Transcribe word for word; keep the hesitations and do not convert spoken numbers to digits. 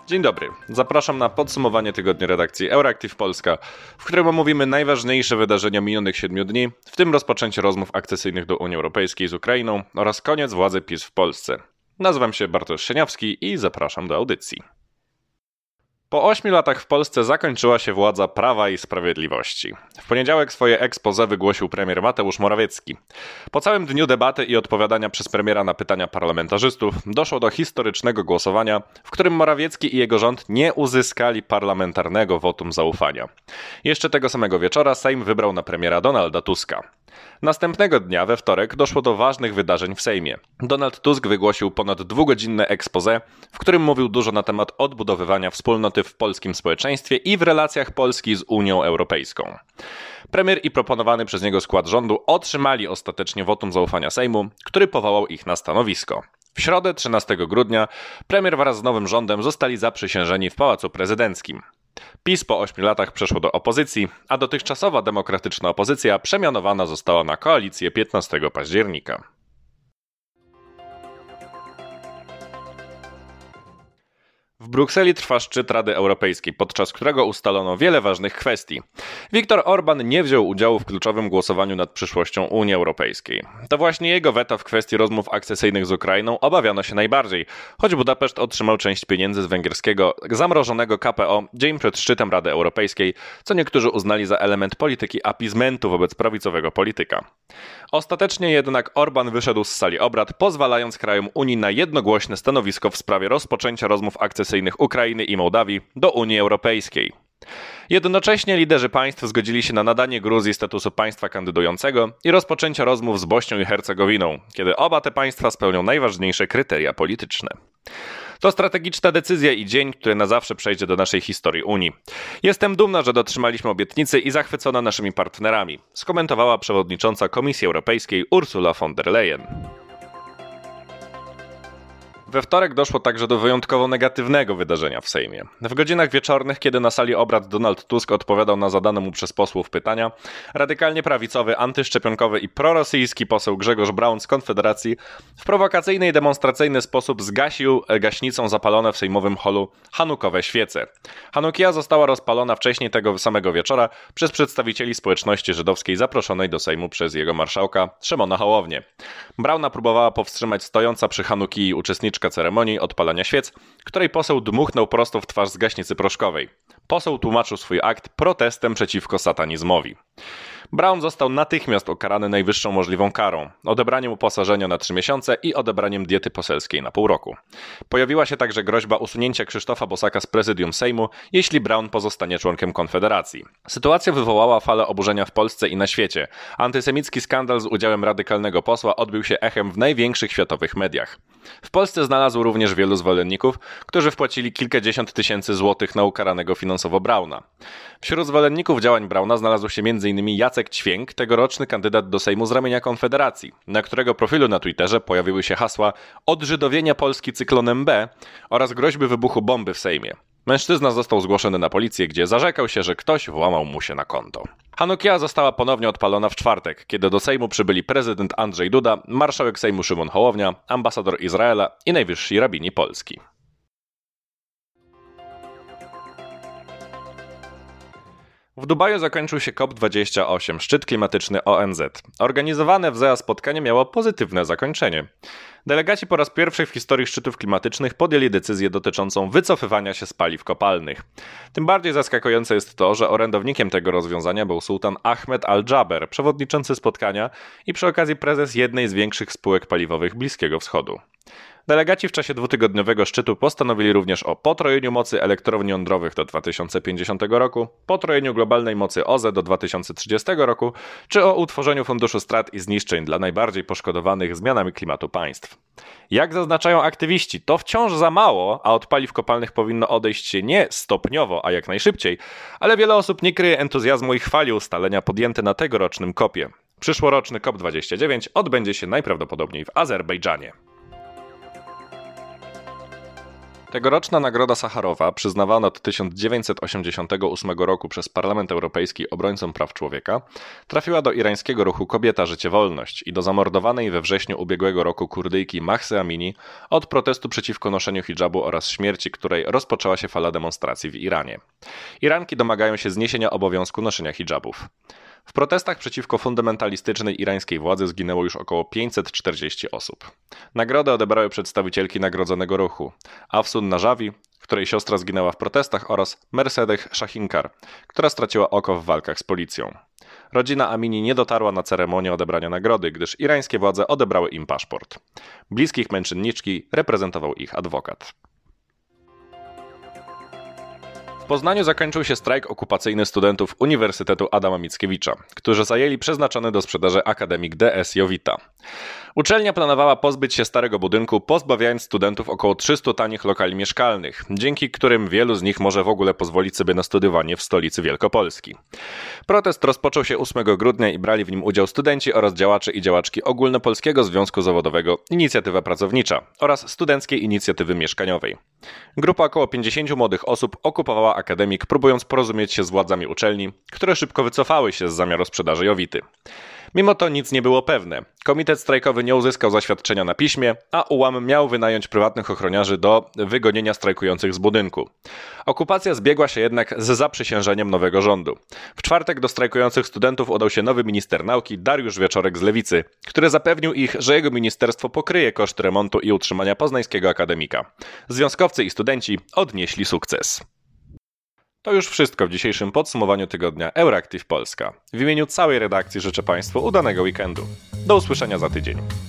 Dzień dobry, zapraszam na podsumowanie tygodnia redakcji Euractiv Polska, w którym omówimy najważniejsze wydarzenia minionych siedmiu dni, w tym rozpoczęcie rozmów akcesyjnych do Unii Europejskiej z Ukrainą oraz koniec władzy PiS w Polsce. Nazywam się Bartosz Sieniawski i zapraszam do audycji. Po ośmiu latach w Polsce zakończyła się władza Prawa i Sprawiedliwości. W poniedziałek swoje exposé wygłosił premier Mateusz Morawiecki. Po całym dniu debaty i odpowiadania przez premiera na pytania parlamentarzystów doszło do historycznego głosowania, w którym Morawiecki i jego rząd nie uzyskali parlamentarnego wotum zaufania. Jeszcze tego samego wieczora Sejm wybrał na premiera Donalda Tuska. Następnego dnia, we wtorek, doszło do ważnych wydarzeń w Sejmie. Donald Tusk wygłosił ponad dwugodzinne exposé, w którym mówił dużo na temat odbudowywania wspólnoty w polskim społeczeństwie i w relacjach Polski z Unią Europejską. Premier i proponowany przez niego skład rządu otrzymali ostatecznie wotum zaufania Sejmu, który powołał ich na stanowisko. W środę, trzynastego grudnia, premier wraz z nowym rządem zostali zaprzysiężeni w Pałacu Prezydenckim. PiS po ośmiu latach przeszło do opozycji, a dotychczasowa demokratyczna opozycja przemianowana została na koalicję piętnastego października. W Brukseli trwa szczyt Rady Europejskiej, podczas którego ustalono wiele ważnych kwestii. Viktor Orban nie wziął udziału w kluczowym głosowaniu nad przyszłością Unii Europejskiej. To właśnie jego weta w kwestii rozmów akcesyjnych z Ukrainą obawiano się najbardziej, choć Budapeszt otrzymał część pieniędzy z węgierskiego zamrożonego K P O dzień przed szczytem Rady Europejskiej, co niektórzy uznali za element polityki appeasementu wobec prawicowego polityka. Ostatecznie jednak Orban wyszedł z sali obrad, pozwalając krajom Unii na jednogłośne stanowisko w sprawie rozpoczęcia rozmów akcesyjnych Ukrainy i Mołdawii do Unii Europejskiej. Jednocześnie liderzy państw zgodzili się na nadanie Gruzji statusu państwa kandydującego i rozpoczęcie rozmów z Bośnią i Hercegowiną, kiedy oba te państwa spełnią najważniejsze kryteria polityczne. To strategiczna decyzja i dzień, który na zawsze przejdzie do naszej historii Unii. Jestem dumna, że dotrzymaliśmy obietnicy i zachwycona naszymi partnerami, skomentowała przewodnicząca Komisji Europejskiej Ursula von der Leyen. We wtorek doszło także do wyjątkowo negatywnego wydarzenia w Sejmie. W godzinach wieczornych, kiedy na sali obrad Donald Tusk odpowiadał na zadane mu przez posłów pytania, radykalnie prawicowy, antyszczepionkowy i prorosyjski poseł Grzegorz Braun z Konfederacji w prowokacyjny i demonstracyjny sposób zgasił gaśnicą zapalone w sejmowym holu hanukowe świece. Hanukija została rozpalona wcześniej tego samego wieczora przez przedstawicieli społeczności żydowskiej zaproszonej do Sejmu przez jego marszałka Szymona Hołownię. Brauna próbowała powstrzymać stojąca przy Hanukii uczestniczka ceremonii odpalania świec, której poseł dmuchnął prosto w twarz z gaśnicy proszkowej. Poseł tłumaczył swój akt protestem przeciwko satanizmowi. Braun został natychmiast ukarany najwyższą możliwą karą, odebraniem uposażenia na trzy miesiące i odebraniem diety poselskiej na pół roku. Pojawiła się także groźba usunięcia Krzysztofa Bosaka z prezydium Sejmu, jeśli Braun pozostanie członkiem Konfederacji. Sytuacja wywołała falę oburzenia w Polsce i na świecie. Antysemicki skandal z udziałem radykalnego posła odbił się echem w największych światowych mediach. W Polsce znalazł również wielu zwolenników, którzy wpłacili kilkadziesiąt tysięcy złotych na ukaranego finansowo Brauna. Wśród zwolenników działań Brauna znalazł się między innymi Jacek Ćwięk, tegoroczny kandydat do Sejmu z ramienia Konfederacji, na którego profilu na Twitterze pojawiły się hasła odżydowienia Polski cyklonem B oraz groźby wybuchu bomby w Sejmie. Mężczyzna został zgłoszony na policję, gdzie zarzekał się, że ktoś włamał mu się na konto. Hanukia została ponownie odpalona w czwartek, kiedy do Sejmu przybyli prezydent Andrzej Duda, marszałek Sejmu Szymon Hołownia, ambasador Izraela i najwyżsi rabini Polski. W Dubaju zakończył się COP dwadzieścia osiem, szczyt klimatyczny O N Z. Organizowane w Z E A spotkanie miało pozytywne zakończenie. Delegaci po raz pierwszy w historii szczytów klimatycznych podjęli decyzję dotyczącą wycofywania się z paliw kopalnych. Tym bardziej zaskakujące jest to, że orędownikiem tego rozwiązania był sułtan Ahmed Al-Jaber, przewodniczący spotkania i przy okazji prezes jednej z większych spółek paliwowych Bliskiego Wschodu. Delegaci w czasie dwutygodniowego szczytu postanowili również o potrojeniu mocy elektrowni jądrowych do dwa tysiące pięćdziesiątego roku, potrojeniu globalnej mocy O Z E do dwa tysiące trzydziestego roku, czy o utworzeniu Funduszu Strat i Zniszczeń dla najbardziej poszkodowanych zmianami klimatu państw. Jak zaznaczają aktywiści, to wciąż za mało, a od paliw kopalnych powinno odejść się nie stopniowo, a jak najszybciej, ale wiele osób nie kryje entuzjazmu i chwali ustalenia podjęte na tegorocznym kopie. Przyszłoroczny COP dwadzieścia dziewięć odbędzie się najprawdopodobniej w Azerbejdżanie. Tegoroczna Nagroda Sacharowa, przyznawana od tysiąc dziewięćset osiemdziesiątego ósmego roku przez Parlament Europejski obrońcom praw człowieka, trafiła do irańskiego ruchu Kobieta, Życie, Wolność i do zamordowanej we wrześniu ubiegłego roku Kurdyjki Mahsy Amini od protestu przeciwko noszeniu hidżabu oraz śmierci, której rozpoczęła się fala demonstracji w Iranie. Iranki domagają się zniesienia obowiązku noszenia hidżabów. W protestach przeciwko fundamentalistycznej irańskiej władzy zginęło już około pięćset czterdzieści osób. Nagrodę odebrały przedstawicielki nagrodzonego ruchu Afsun Najawi, której siostra zginęła w protestach, oraz Mercedes Shahinkar, która straciła oko w walkach z policją. Rodzina Amini nie dotarła na ceremonię odebrania nagrody, gdyż irańskie władze odebrały im paszport. Bliskich męczenniczki reprezentował ich adwokat. W Poznaniu zakończył się strajk okupacyjny studentów Uniwersytetu Adama Mickiewicza, którzy zajęli przeznaczony do sprzedaży akademik D S Jowita. Uczelnia planowała pozbyć się starego budynku, pozbawiając studentów około trzystu tanich lokali mieszkalnych, dzięki którym wielu z nich może w ogóle pozwolić sobie na studiowanie w stolicy Wielkopolski. Protest rozpoczął się ósmego grudnia i brali w nim udział studenci oraz działacze i działaczki Ogólnopolskiego Związku Zawodowego Inicjatywa Pracownicza oraz Studenckiej Inicjatywy Mieszkaniowej. Grupa około pięćdziesięciu młodych osób okupowała akademik, próbując porozumieć się z władzami uczelni, które szybko wycofały się z zamiaru sprzedaży Jowity. Mimo to nic nie było pewne. Komitet strajkowy nie uzyskał zaświadczenia na piśmie, a U Łam miał wynająć prywatnych ochroniarzy do wygonienia strajkujących z budynku. Okupacja zbiegła się jednak z zaprzysiężeniem nowego rządu. W czwartek do strajkujących studentów udał się nowy minister nauki Dariusz Wieczorek z Lewicy, który zapewnił ich, że jego ministerstwo pokryje koszty remontu i utrzymania poznańskiego akademika. Związkowcy i studenci odnieśli sukces. To już wszystko w dzisiejszym podsumowaniu tygodnia Euractiv Polska. W imieniu całej redakcji życzę Państwu udanego weekendu. Do usłyszenia za tydzień.